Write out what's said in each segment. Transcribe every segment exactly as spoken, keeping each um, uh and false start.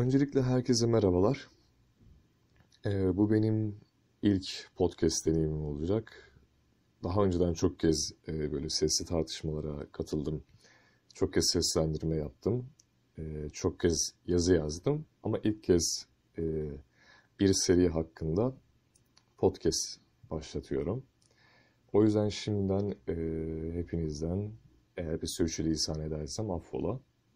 Öncelikle herkese merhabalar. Ee, bu benim ilk podcast deneyimim olacak. Daha önceden çok kez e, böyle sesli tartışmalara katıldım. Çok kez seslendirme yaptım. E, çok kez yazı yazdım. Ama ilk kez e, bir seri hakkında podcast başlatıyorum. O yüzden şimdiden e, hepinizden eğer bir sürçülisan edersem affola.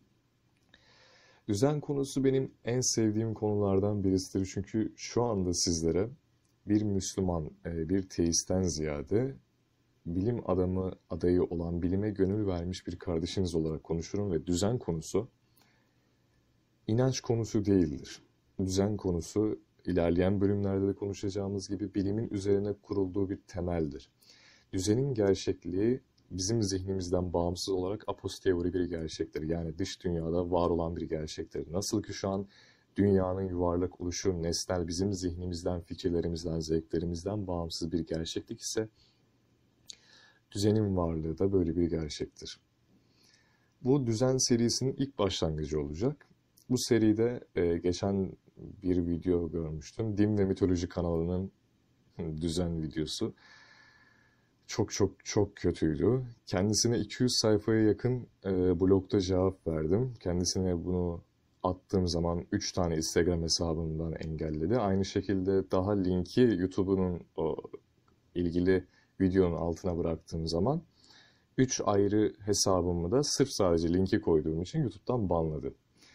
Düzen konusu benim en sevdiğim konulardan birisidir. Çünkü şu anda sizlere bir Müslüman, bir teistten ziyade bilim adamı adayı olan, bilime gönül vermiş bir kardeşiniz olarak konuşurum ve düzen konusu inanç konusu değildir. Düzen konusu ilerleyen bölümlerde de konuşacağımız gibi bilimin üzerine kurulduğu bir temeldir. Düzenin gerçekliği bizim zihnimizden bağımsız olarak aposteori bir gerçektir. Yani dış dünyada var olan bir gerçektir. Nasıl ki şu an dünyanın yuvarlak oluşu nesnel bizim zihnimizden, fikirlerimizden, zevklerimizden bağımsız bir gerçeklik ise düzenin varlığı da böyle bir gerçektir. Bu düzen serisinin ilk başlangıcı olacak. Bu seride e, geçen bir video görmüştüm. Din ve Mitoloji kanalının düzen videosu. Çok çok çok kötüydü. Kendisine iki yüz sayfaya yakın e, blogda cevap verdim. Kendisine bunu attığım zaman üç tane Instagram hesabından engelledi. Aynı şekilde daha linki YouTube'un o ilgili videonun altına bıraktığım zaman üç ayrı hesabımı da sırf sadece linki koyduğum için YouTube'dan banladı.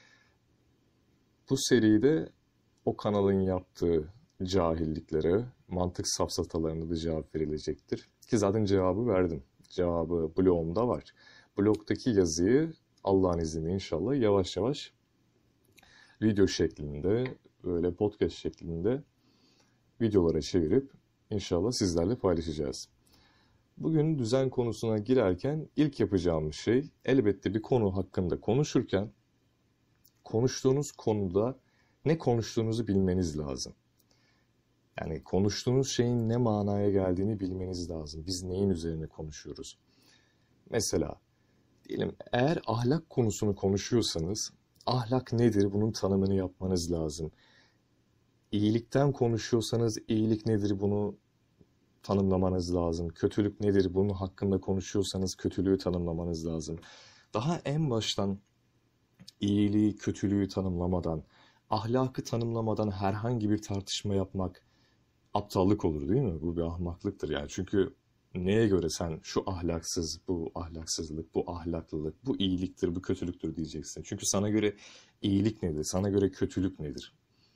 Bu seride o kanalın yaptığı cahilliklere, mantık safsatalarına da cevap verilecektir. Ki zaten cevabı verdim. Cevabı blogumda var. Blogdaki yazıyı Allah'ın izniyle inşallah yavaş yavaş video şeklinde, böyle podcast şeklinde videolara çevirip inşallah sizlerle paylaşacağız. Bugün düzen konusuna girerken ilk yapacağımız şey elbette bir konu hakkında konuşurken konuştuğunuz konuda ne konuştuğunuzu bilmeniz lazım. Yani konuştuğunuz şeyin ne manaya geldiğini bilmeniz lazım. Biz neyin üzerine konuşuyoruz? Mesela diyelim eğer ahlak konusunu konuşuyorsanız ahlak nedir bunun tanımını yapmanız lazım. İyilikten konuşuyorsanız iyilik nedir bunu tanımlamanız lazım. Kötülük nedir bunun hakkında konuşuyorsanız kötülüğü tanımlamanız lazım. Daha en baştan iyiliği, kötülüğü tanımlamadan, ahlakı tanımlamadan herhangi bir tartışma yapmak aptallık olur değil mi? Bu bir ahmaklıktır yani. Çünkü neye göre sen şu ahlaksız, bu ahlaksızlık, bu ahlaklılık, bu iyiliktir, bu kötülüktür diyeceksin. Çünkü sana göre iyilik nedir? Sana göre kötülük nedir?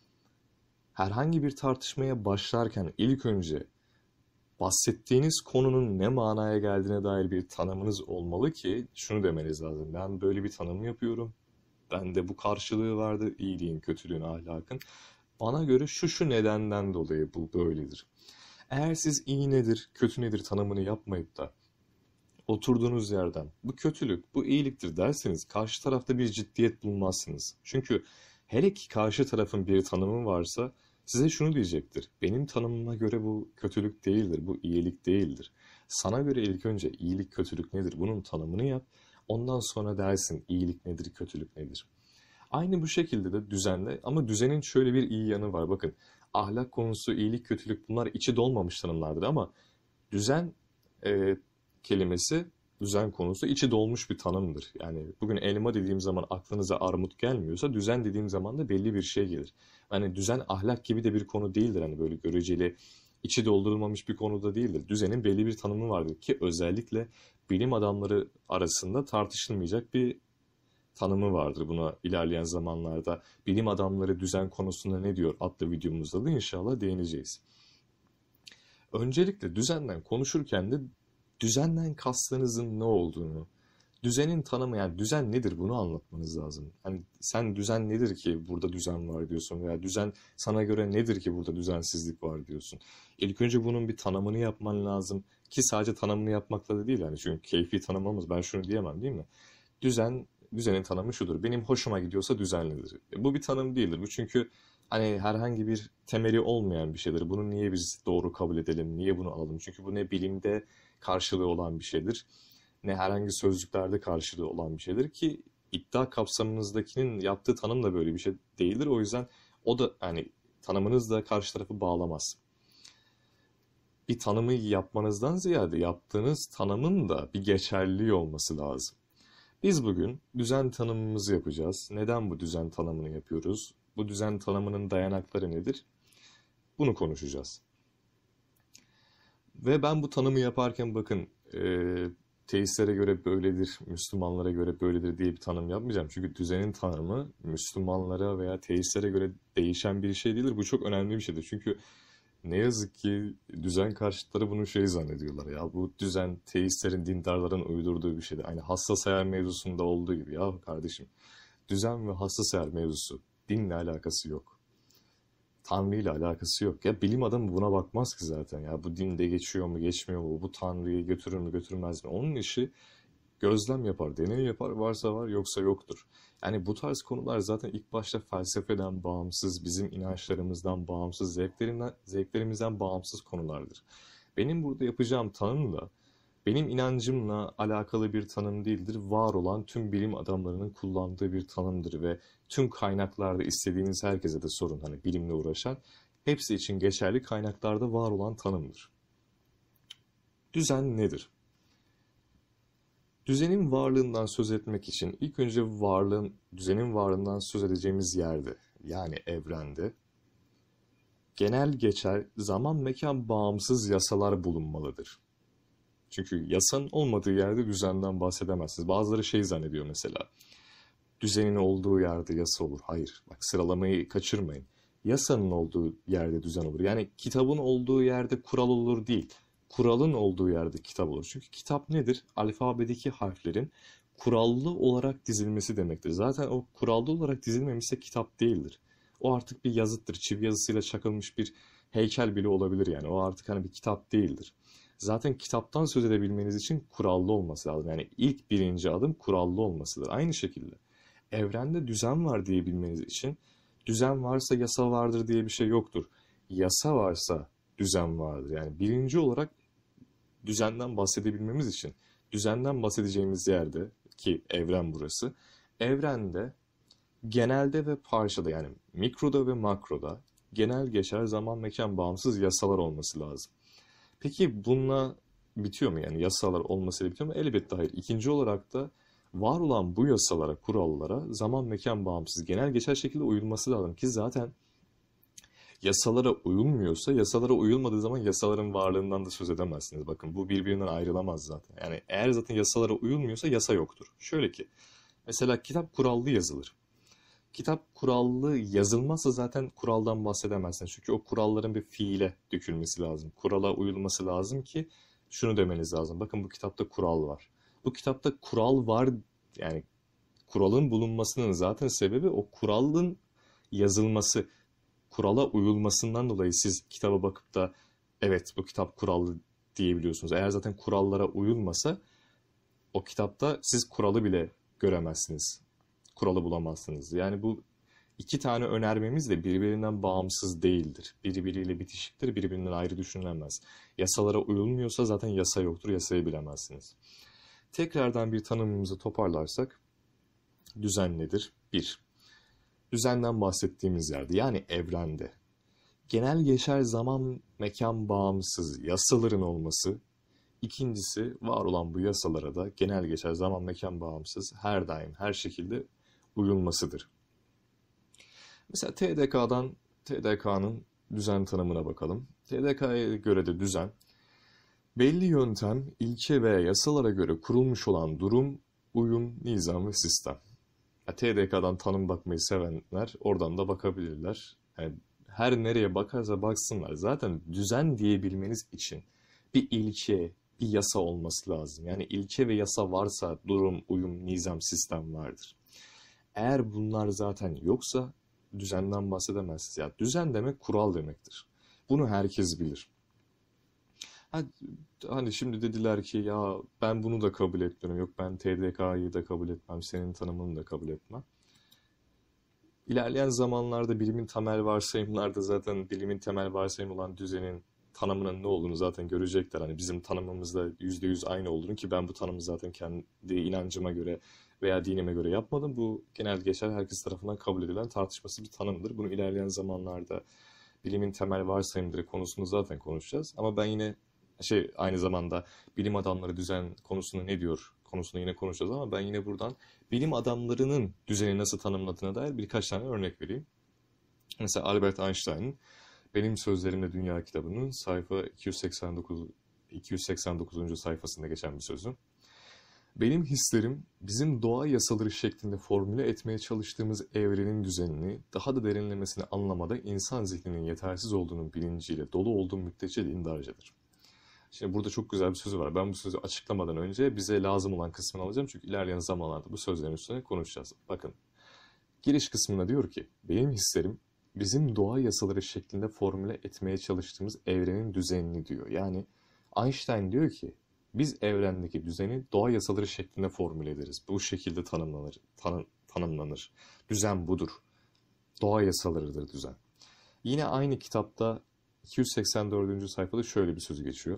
Herhangi bir tartışmaya başlarken ilk önce bahsettiğiniz konunun ne manaya geldiğine dair bir tanımınız olmalı ki şunu demeniz lazım. Ben böyle bir tanım yapıyorum. Bende bu karşılığı vardı. İyiliğin, kötülüğün, ahlakın. Bana göre şu şu nedenden dolayı bu böyledir. Eğer siz iyi nedir, kötü nedir tanımını yapmayıp da oturduğunuz yerden bu kötülük, bu iyiliktir derseniz karşı tarafta bir ciddiyet bulmazsınız. Çünkü hele ki karşı tarafın bir tanımı varsa size şunu diyecektir. Benim tanımıma göre bu kötülük değildir, bu iyilik değildir. Sana göre ilk önce iyilik, kötülük nedir bunun tanımını yap. Ondan sonra dersin iyilik nedir, kötülük nedir. Aynı bu şekilde de düzenle ama düzenin şöyle bir iyi yanı var. Bakın ahlak konusu, iyilik, kötülük bunlar içi dolmamış tanımlardır ama düzen e, kelimesi, düzen konusu içi dolmuş bir tanımdır. Yani bugün elma dediğim zaman aklınıza armut gelmiyorsa düzen dediğim zaman da belli bir şey gelir. Yani düzen ahlak gibi de bir konu değildir. Hani böyle göreceli içi doldurulmamış bir konuda değildir. Düzenin belli bir tanımı vardır ki özellikle bilim adamları arasında tartışılmayacak bir tanımı vardır. Buna ilerleyen zamanlarda bilim adamları düzen konusunda ne diyor adlı videomuzda da inşallah değineceğiz. Öncelikle düzenden konuşurken de düzenden kastınızın ne olduğunu, düzenin tanımı yani düzen nedir bunu anlatmanız lazım. Hani sen düzen nedir ki burada düzen var diyorsun veya düzen sana göre nedir ki burada düzensizlik var diyorsun. İlk önce bunun bir tanımını yapman lazım ki sadece tanımını yapmakla da değil yani çünkü keyfi tanımlamız ben şunu diyemem değil mi? Düzen Düzenin tanımı şudur. Benim hoşuma gidiyorsa düzenlidir. E, bu bir tanım değildir. Bu çünkü hani herhangi bir temeli olmayan bir şeydir. Bunu niye biz doğru kabul edelim? Niye bunu alalım? Çünkü bu ne bilimde karşılığı olan bir şeydir. Ne herhangi sözlüklerde karşılığı olan bir şeydir ki iddia kapsamınızdakinin yaptığı tanım da böyle bir şey değildir. O yüzden o da yani tanımınız da karşı tarafı bağlamaz. Bir tanımı yapmanızdan ziyade yaptığınız tanımın da bir geçerliliği olması lazım. Biz bugün düzen tanımımızı yapacağız. Neden bu düzen tanımını yapıyoruz? Bu düzen tanımının dayanakları nedir? Bunu konuşacağız. Ve ben bu tanımı yaparken bakın e, teistlere göre böyledir, Müslümanlara göre böyledir diye bir tanım yapmayacağım. Çünkü düzenin tanımı Müslümanlara veya teistlere göre değişen bir şey değildir. Bu çok önemli bir şeydir. Çünkü ne yazık ki düzen karşıtları bunu şey zannediyorlar. Ya bu düzen teistlerin, dindarların uydurduğu bir şeydir. Aynı hassas ayar mevzusunda olduğu gibi. Ya kardeşim, düzen ve hassas ayar mevzusu dinle alakası yok. Tanrı ile alakası yok. Ya bilim adamı buna bakmaz ki zaten. Ya bu dinde geçiyor mu, geçmiyor mu? Bu Tanrı'yı götürür mü, götürmez mi? Onun işi gözlem yapar, deney yapar. Varsa var, yoksa yoktur. Yani bu tarz konular zaten ilk başta felsefeden bağımsız, bizim inançlarımızdan bağımsız, zevklerinden, zevklerimizden bağımsız konulardır. Benim burada yapacağım tanım da benim inancımla alakalı bir tanım değildir. Var olan tüm bilim adamlarının kullandığı bir tanımdır ve tüm kaynaklarda istediğiniz herkese de sorun. Hani bilimle uğraşan hepsi için geçerli kaynaklarda var olan tanımdır. Düzen nedir? Düzenin varlığından söz etmek için ilk önce varlığın, düzenin varlığından söz edeceğimiz yerde, yani evrende, genel geçer, zaman mekan bağımsız yasalar bulunmalıdır. Çünkü yasanın olmadığı yerde düzenden bahsedemezsiniz. Bazıları şey zannediyor mesela, düzenin olduğu yerde yasa olur. Hayır, bak sıralamayı kaçırmayın. Yasanın olduğu yerde düzen olur. Yani kitabın olduğu yerde kural olur değil. Kuralın olduğu yerde kitap olur. Çünkü kitap nedir? Alfabedeki harflerin kurallı olarak dizilmesi demektir. Zaten o kurallı olarak dizilmemişse kitap değildir. O artık bir yazıttır. Çivi yazısıyla çakılmış bir heykel bile olabilir yani. O artık hani bir kitap değildir. Zaten kitaptan söz edebilmeniz için kurallı olması lazım. Yani ilk birinci adım kurallı olmasıdır. Aynı şekilde evrende düzen var diyebilmeniz için düzen varsa yasa vardır diye bir şey yoktur. Yasa varsa düzen vardır. Yani birinci olarak düzenden bahsedebilmemiz için düzenden bahsedeceğimiz yerde ki evren burası. Evrende genelde ve parçada yani mikroda ve makroda genel geçer zaman mekan bağımsız yasalar olması lazım. Peki bununla bitiyor mu? Yani yasalar olmasıyla bitiyor mu? Elbette hayır. İkinci olarak da var olan bu yasalara, kurallara zaman mekan bağımsız genel geçer şekilde uyulması lazım ki zaten yasalara uyulmuyorsa, yasalara uyulmadığı zaman yasaların varlığından da söz edemezsiniz. Bakın bu birbirinden ayrılamaz zaten. Yani eğer zaten yasalara uyulmuyorsa yasa yoktur. Şöyle ki, mesela kitap kurallı yazılır. Kitap kurallı yazılmazsa zaten kuraldan bahsedemezsiniz. Çünkü o kuralların bir fiile dökülmesi lazım. Kurala uyulması lazım ki şunu demeniz lazım. Bakın bu kitapta kural var. Bu kitapta kural var yani kuralın bulunmasının zaten sebebi o kuralın yazılması, kurala uyulmasından dolayı siz kitaba bakıp da evet bu kitap kurallı diyebiliyorsunuz. Eğer zaten kurallara uyulmasa o kitapta siz kuralı bile göremezsiniz. Kuralı bulamazsınız. Yani bu iki tane önermemiz de birbirinden bağımsız değildir. Birbiriyle bitişiktir, birbirinden ayrı düşünülemez. Yasalara uyulmuyorsa zaten yasa yoktur, yasayı bilemezsiniz. Tekrardan bir tanımımızı toparlarsak, düzen nedir? bir. Düzenden bahsettiğimiz yerde yani evrende genel geçer zaman mekan bağımsız yasaların olması. İkincisi var olan bu yasalara da genel geçer zaman mekan bağımsız her daim her şekilde uyulmasıdır. Mesela T D K'dan T D K'nın düzen tanımına bakalım. T D K'ya göre de düzen belli yöntem, ilke veya yasalara göre kurulmuş olan durum, uyum, nizam ve sistem. T D K'dan tanım bakmayı sevenler oradan da bakabilirler. Yani her nereye bakarsa baksınlar. Zaten düzen diyebilmeniz için bir ilke, bir yasa olması lazım. Yani ilke ve yasa varsa durum, uyum, nizam, sistem vardır. Eğer bunlar zaten yoksa düzenden bahsedemezsiniz. Yani düzen demek kural demektir. Bunu herkes bilir. Hani şimdi dediler ki ya ben bunu da kabul etmiyorum. Yok ben T D K'yı da kabul etmem. Senin tanımını da kabul etmem. İlerleyen zamanlarda bilimin temel varsayımlarda zaten bilimin temel varsayım olan düzenin tanımının ne olduğunu zaten görecekler. Hani bizim tanımımızda yüzde yüz aynı olduğunu, ki ben bu tanımı zaten kendi inancıma göre veya dinime göre yapmadım. Bu genel geçer, herkes tarafından kabul edilen tartışması bir tanımdır. Bunu ilerleyen zamanlarda bilimin temel varsayımları konusunda zaten konuşacağız. Ama ben yine şey aynı zamanda bilim adamları düzen konusunda ne diyor konusunda yine konuşacağız, ama ben yine buradan bilim adamlarının düzeni nasıl tanımladığına dair birkaç tane örnek vereyim. Mesela Albert Einstein'ın Benim Sözlerimle Dünya kitabının sayfa iki yüz seksen dokuz iki yüz seksen dokuzuncu sayfasında geçen bir sözü. Benim hislerim bizim doğa yasaları şeklinde formüle etmeye çalıştığımız evrenin düzenini daha da derinlemesine anlamada insan zihninin yetersiz olduğunun bilinciyle dolu olduğum müddetçe dindarcadır. Şimdi burada çok güzel bir sözü var. Ben bu sözü açıklamadan önce bize lazım olan kısmını alacağım. Çünkü ilerleyen zamanlarda bu sözlerin üstüne konuşacağız. Bakın, giriş kısmında diyor ki, benim hislerim bizim doğa yasaları şeklinde formüle etmeye çalıştığımız evrenin düzenini diyor. Yani Einstein diyor ki, biz evrendeki düzeni doğa yasaları şeklinde formüle ederiz. Bu şekilde tanımlanır. Tanı, tanımlanır. Düzen budur. Doğa yasalarıdır düzen. Yine aynı kitapta iki yüz seksen dördüncü sayfada şöyle bir sözü geçiyor.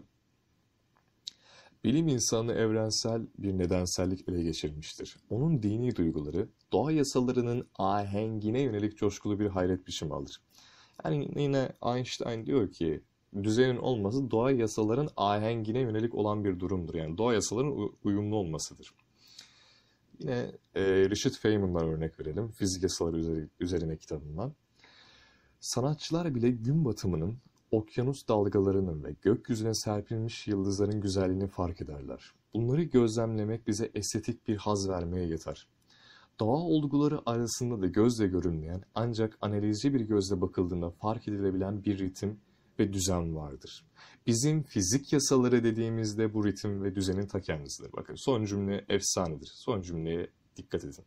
Bilim insanı evrensel bir nedensellik ele geçirmiştir. Onun dini duyguları doğa yasalarının ahengine yönelik coşkulu bir hayret biçimi alır. Yani yine Einstein diyor ki düzenin olması doğa yasaların ahengine yönelik olan bir durumdur. Yani doğa yasaların uyumlu olmasıdır. Yine e, Richard Feynman'dan örnek verelim. Fizik yasaları üzeri, üzerine kitabından. Sanatçılar bile gün batımının, okyanus dalgalarının ve gökyüzüne serpilmiş yıldızların güzelliğini fark ederler. Bunları gözlemlemek bize estetik bir haz vermeye yeter. Doğa olguları arasında da gözle görünmeyen ancak analizci bir gözle bakıldığında fark edilebilen bir ritim ve düzen vardır. Bizim fizik yasaları dediğimizde bu ritim ve düzenin ta kendisidir. Bakın, son cümle efsanedir. Son cümleye dikkat edin.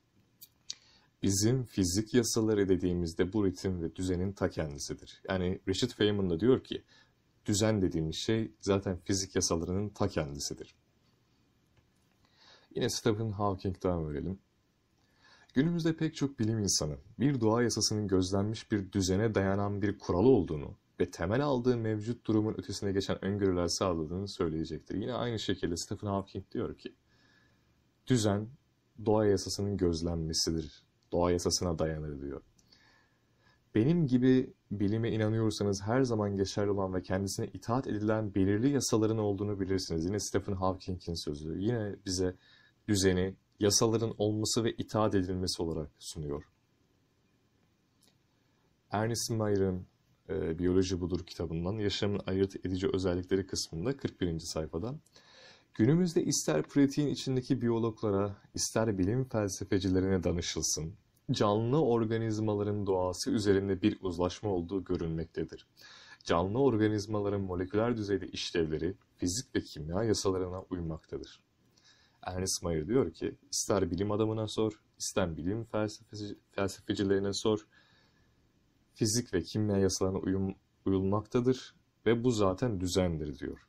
Bizim fizik yasaları dediğimizde bu ritim ve düzenin ta kendisidir. Yani Richard Feynman da diyor ki, düzen dediğimiz şey zaten fizik yasalarının ta kendisidir. Yine Stephen Hawking'den verelim. Günümüzde pek çok bilim insanı bir doğa yasasının gözlenmiş bir düzene dayanan bir kuralı olduğunu ve temel aldığı mevcut durumun ötesine geçen öngörüler sağladığını söyleyecektir. Yine aynı şekilde Stephen Hawking diyor ki, düzen doğa yasasının gözlenmesidir. Doğa yasasına dayanır diyor. Benim gibi bilime inanıyorsanız her zaman geçerli olan ve kendisine itaat edilen belirli yasaların olduğunu bilirsiniz. Yine Stephen Hawking'in sözü. Yine bize düzeni, yasaların olması ve itaat edilmesi olarak sunuyor. Ernest Mayer'ın e, Biyoloji Budur kitabından yaşamın ayırt edici özellikleri kısmında kırk birinci sayfada günümüzde ister pratiğin içindeki biyologlara, ister bilim felsefecilerine danışılsın, canlı organizmaların doğası üzerinde bir uzlaşma olduğu görülmektedir. Canlı organizmaların moleküler düzeyde işlevleri fizik ve kimya yasalarına uymaktadır. Ernest Mayer diyor ki, ister bilim adamına sor, ister bilim felsefeci, felsefecilerine sor, fizik ve kimya yasalarına uyum, uyulmaktadır ve bu zaten düzendir diyor.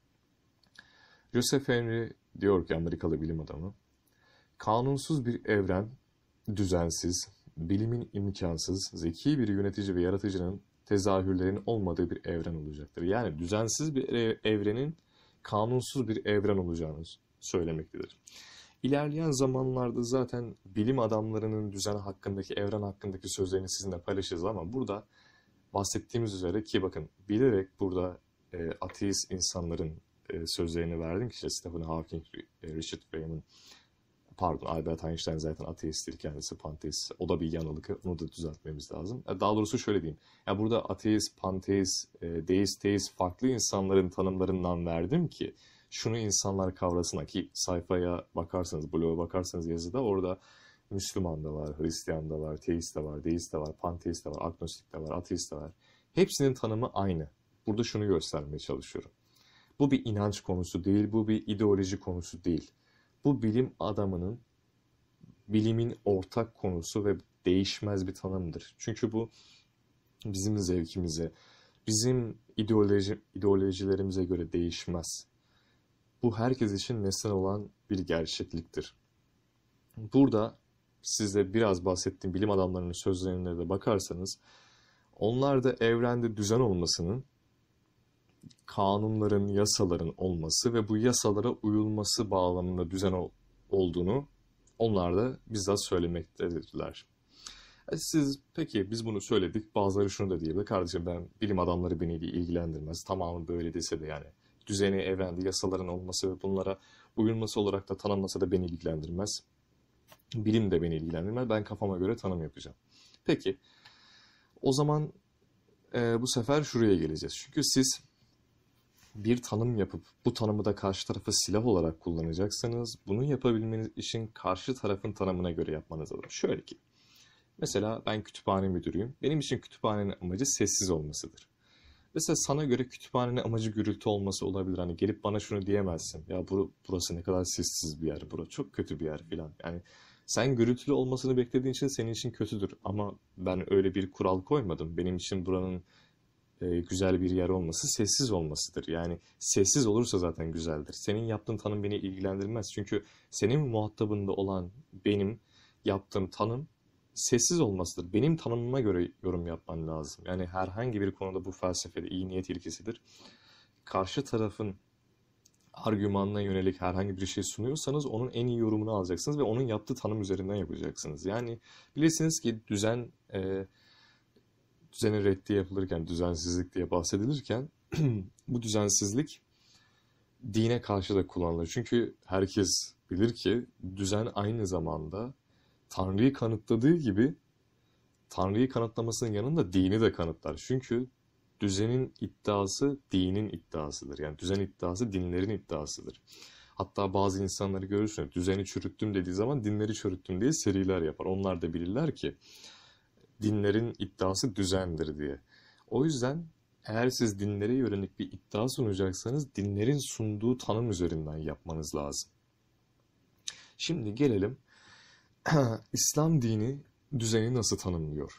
Joseph Henry diyor ki, Amerikalı bilim adamı, kanunsuz bir evren, düzensiz, bilimin imkansız, zeki bir yönetici ve yaratıcının tezahürlerin olmadığı bir evren olacaktır. Yani düzensiz bir evrenin kanunsuz bir evren olacağını söylemektedir. İlerleyen zamanlarda zaten bilim adamlarının düzen hakkındaki, evren hakkındaki sözlerini sizinle paylaşacağız, ama burada bahsettiğimiz üzere, ki bakın bilerek burada e, ateist insanların e, sözlerini verdim ki işte Stephen Hawking, e, Richard Feynman, pardon Albert Einstein zaten ateisttir, kendisi panteist. O da bir yanılık, onu da düzeltmemiz lazım. Daha doğrusu şöyle diyeyim. Ya burada ateist, panteist, e, deist, teist farklı insanların tanımlarından verdim ki şunu insanlar kavrasın, ki sayfaya bakarsanız, bloğa bakarsanız yazıda orada Müslüman da var, Hristiyan da var, teist de var, deist de var, panteist de var, agnostik de var, ateist de var. Hepsinin tanımı aynı. Burada şunu göstermeye çalışıyorum. Bu bir inanç konusu değil, bu bir ideoloji konusu değil. Bu bilim adamının, bilimin ortak konusu ve değişmez bir tanımdır. Çünkü bu bizim zevkimize, bizim ideoloji, ideolojilerimize göre değişmez. Bu herkes için nesnel olan bir gerçekliktir. Burada size biraz bahsettiğim bilim adamlarının sözlerine de bakarsanız, onlar da evrende düzen olmasının kanunların, yasaların olması ve bu yasalara uyulması bağlamında düzen ol- olduğunu onlar da bizzat söylemektedirler. E Siz peki biz bunu söyledik. Bazıları şunu da diyebilir. Kardeşim ben bilim adamları beni ilgilendirmez. Tamamı böyle dese de yani düzeni, evrende yasaların olması ve bunlara uyulması olarak da tanınmasa da beni ilgilendirmez. Bilim de beni ilgilendirmez. Ben kafama göre tanım yapacağım. Peki o zaman e, bu sefer şuraya geleceğiz. Çünkü siz bir tanım yapıp bu tanımı da karşı tarafa silah olarak kullanacaksanız bunu yapabilmeniz için karşı tarafın tanımına göre yapmanız lazım. Şöyle ki mesela ben kütüphane müdürüyüm. Benim için kütüphanenin amacı sessiz olmasıdır. Mesela sana göre kütüphanenin amacı gürültü olması olabilir. Hani gelip bana şunu diyemezsin. Ya bur burası ne kadar sessiz bir yer. Burası çok kötü bir yer filan. Yani sen gürültülü olmasını beklediğin için senin için kötüdür. Ama ben öyle bir kural koymadım. Benim için buranın e, güzel bir yer olması sessiz olmasıdır. Yani sessiz olursa zaten güzeldir. Senin yaptığın tanım beni ilgilendirmez. Çünkü senin muhatabında olan benim yaptığım tanım sessiz olmasıdır. Benim tanımıma göre yorum yapman lazım. Yani herhangi bir konuda bu felsefede iyi niyet ilkesidir. Karşı tarafın argümanına yönelik herhangi bir şey sunuyorsanız onun en iyi yorumunu alacaksınız ve onun yaptığı tanım üzerinden yapacaksınız. Yani bilirsiniz ki düzen e, düzenin reddi yapılırken, düzensizlik diye bahsedilirken bu düzensizlik dine karşı da kullanılır. Çünkü herkes bilir ki düzen aynı zamanda Tanrı'yı kanıtladığı gibi Tanrı'yı kanıtlamasının yanında dini de kanıtlar. Çünkü düzenin iddiası dinin iddiasıdır. Yani düzen iddiası dinlerin iddiasıdır. Hatta bazı insanları görürsünüz. Düzeni çürüttüm dediği zaman dinleri çürüttüm diye seriler yapar. Onlar da bilirler ki dinlerin iddiası düzendir diye. O yüzden eğer siz dinlere yönelik bir iddia sunacaksanız dinlerin sunduğu tanım üzerinden yapmanız lazım. Şimdi gelelim İslam dini düzeni nasıl tanımlıyor?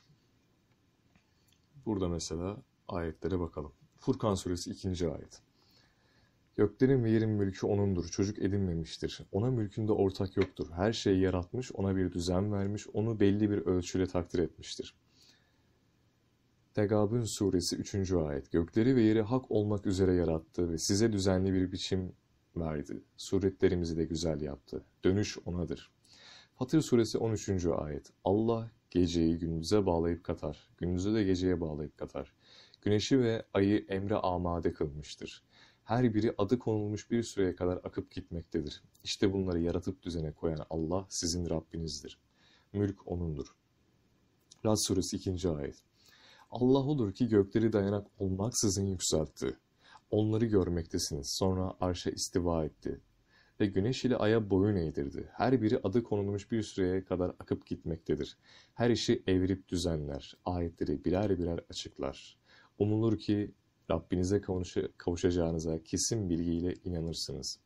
Burada mesela ayetlere bakalım. Furkan suresi ikinci ayet. Göklerin ve yerin mülkü O'nundur, çocuk edinmemiştir. Ona mülkünde ortak yoktur. Her şeyi yaratmış, ona bir düzen vermiş, onu belli bir ölçüyle takdir etmiştir. Tegabün suresi üçüncü ayet. Gökleri ve yeri hak olmak üzere yarattı ve size düzenli bir biçim verdi. Suretlerimizi de güzel yaptı. Dönüş O'nadır. Fatır suresi on üçüncü ayet. Allah geceyi gündüze bağlayıp katar. Gündüzü de geceye bağlayıp katar. Güneşi ve ayı emre amade kılmıştır. Her biri adı konulmuş bir süreye kadar akıp gitmektedir. İşte bunları yaratıp düzene koyan Allah sizin Rabbinizdir. Mülk O'nundur. Rad suresi ikinci ayet. Allah odur ki gökleri dayanak olmaksızın yükseltti. Onları görmektesiniz. Sonra arşa istiva etti. Ve güneş ile aya boyun eğdirdi. Her biri adı konulmuş bir süreye kadar akıp gitmektedir. Her işi evirip düzenler. Ayetleri birer birer açıklar. Umulur ki Rabbinize kavuşacağınıza kesin bilgiyle inanırsınız.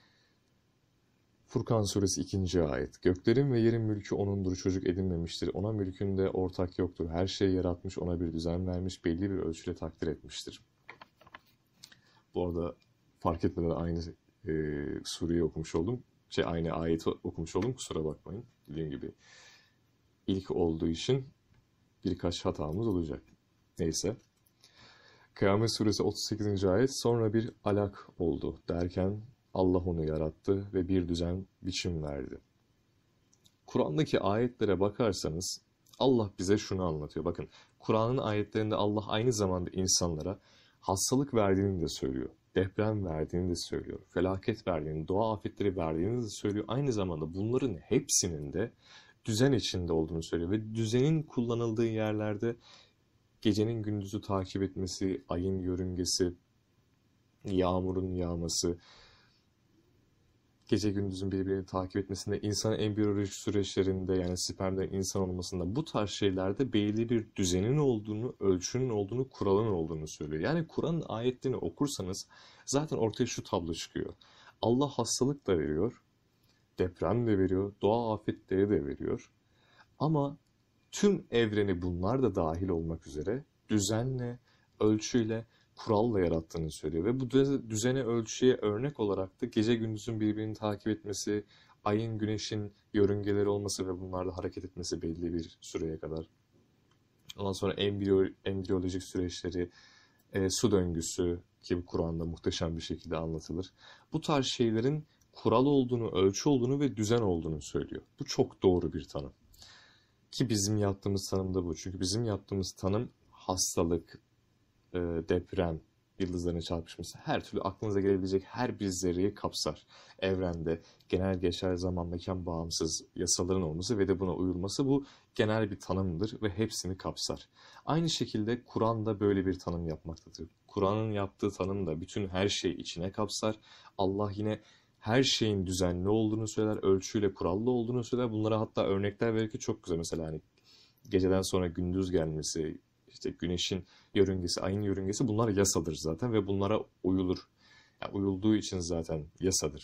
Furkan suresi ikinci ayet. Göklerin ve yerin mülkü O'nundur, çocuk edinmemiştir. Ona mülkünde ortak yoktur. Her şeyi yaratmış, ona bir düzen vermiş, belli bir ölçüyle takdir etmiştir. Bu arada fark etmeden aynı e, sureyi okumuş oldum. Şey aynı ayeti okumuş oldum. Kusura bakmayın. Dediğim gibi ilk olduğu için birkaç hatamız olacak. Neyse. Kıyamet suresi otuz sekizinci ayet. Sonra bir alak oldu derken Allah onu yarattı ve bir düzen biçim verdi. Kur'an'daki ayetlere bakarsanız Allah bize şunu anlatıyor. Bakın Kur'an'ın ayetlerinde Allah aynı zamanda insanlara hastalık verdiğini de söylüyor. Deprem verdiğini de söylüyor. Felaket verdiğini, doğa afetleri verdiğini de söylüyor. Aynı zamanda bunların hepsinin de düzen içinde olduğunu söylüyor. Ve düzenin kullanıldığı yerlerde gecenin gündüzü takip etmesi, ayın yörüngesi, yağmurun yağması, gece gündüzün birbirini takip etmesinde, insanın embriyolojik süreçlerinde yani spermden insan olmasında bu tarz şeylerde belli bir düzenin olduğunu, ölçünün olduğunu, kuralın olduğunu söylüyor. Yani Kur'an'ın ayetlerini okursanız zaten ortaya şu tablo çıkıyor. Allah hastalık da veriyor, deprem de veriyor, doğa afetleri de veriyor. Ama tüm evreni bunlar da dahil olmak üzere düzenle, ölçüyle, kuralla yarattığını söylüyor. Ve bu düzene, ölçüye örnek olarak da gece gündüzün birbirini takip etmesi, ayın, güneşin yörüngeleri olması ve bunlarla hareket etmesi belli bir süreye kadar. Ondan sonra embriyo, embriyolojik süreçleri, e, su döngüsü, ki bu Kur'an'da muhteşem bir şekilde anlatılır. Bu tarz şeylerin kural olduğunu, ölçü olduğunu ve düzen olduğunu söylüyor. Bu çok doğru bir tanım. Ki bizim yaptığımız tanım da bu. Çünkü bizim yaptığımız tanım hastalık, e, deprem, yıldızların çarpışması, her türlü aklınıza gelebilecek her bir zerreyi kapsar. Evrende genel geçer zaman mekan bağımsız yasaların olması ve de buna uyulması bu genel bir tanımdır ve hepsini kapsar. Aynı şekilde Kur'an da böyle bir tanım yapmaktadır. Kur'an'ın yaptığı tanım da bütün her şeyi içine kapsar. Allah yine her şeyin düzenli olduğunu söyler, ölçüyle kurallı olduğunu söyler. Bunlara hatta örnekler verir ki çok güzel. Mesela hani geceden sonra gündüz gelmesi, işte güneşin yörüngesi, ayın yörüngesi bunlar yasadır zaten ve bunlara uyulur. Yani uyulduğu için zaten yasadır.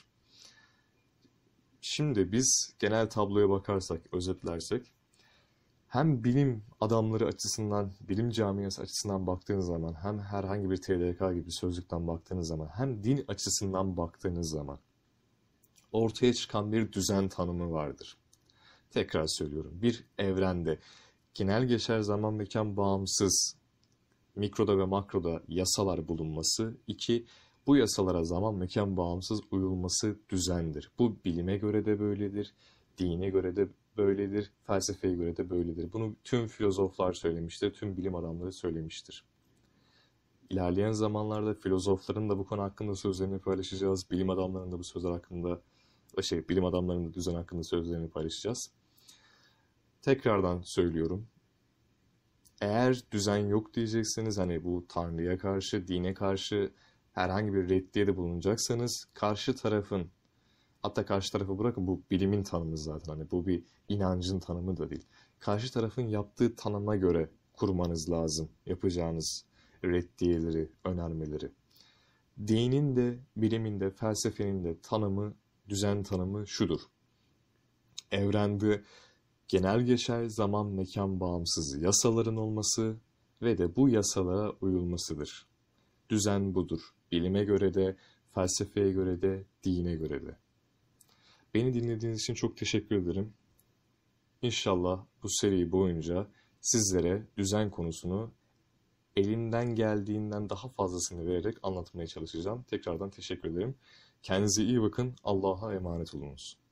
Şimdi biz genel tabloya bakarsak, özetlersek, hem bilim adamları açısından, bilim camiası açısından baktığınız zaman, hem herhangi bir T D K gibi sözlükten baktığınız zaman, hem din açısından baktığınız zaman ortaya çıkan bir düzen tanımı vardır. Tekrar söylüyorum, bir evrende genel geçer zaman mekan bağımsız mikroda ve makroda yasalar bulunması, iki, bu yasalara zaman mekan bağımsız uyulması düzendir. Bu bilime göre de böyledir, dine göre de böyledir, felsefeye göre de böyledir. Bunu tüm filozoflar söylemiştir, tüm bilim adamları söylemiştir. İlerleyen zamanlarda filozofların da bu konu hakkında sözlerini paylaşacağız, bilim adamlarının da bu sözler hakkında, şey, bilim adamlarının da düzen hakkında sözlerini paylaşacağız. Tekrardan söylüyorum. Eğer düzen yok diyecekseniz, hani bu Tanrı'ya karşı, dine karşı herhangi bir reddiyede bulunacaksanız, karşı tarafın, hatta karşı tarafı bırakın, bu bilimin tanımı zaten, hani bu bir inancın tanımı da değil. Karşı tarafın yaptığı tanıma göre kurmanız lazım yapacağınız reddiyeleri, önermeleri. Dinin de, bilimin de, felsefenin de tanımı, düzen tanımı şudur. Evrende genel geçer zaman mekan bağımsız yasaların olması ve de bu yasalara uyulmasıdır. Düzen budur. Bilime göre de, felsefeye göre de, dine göre de. Beni dinlediğiniz için çok teşekkür ederim. İnşallah bu seri boyunca sizlere düzen konusunu elimden geldiğinden daha fazlasını vererek anlatmaya çalışacağım. Tekrardan teşekkür ederim. Kendinize iyi bakın. Allah'a emanet olunuz.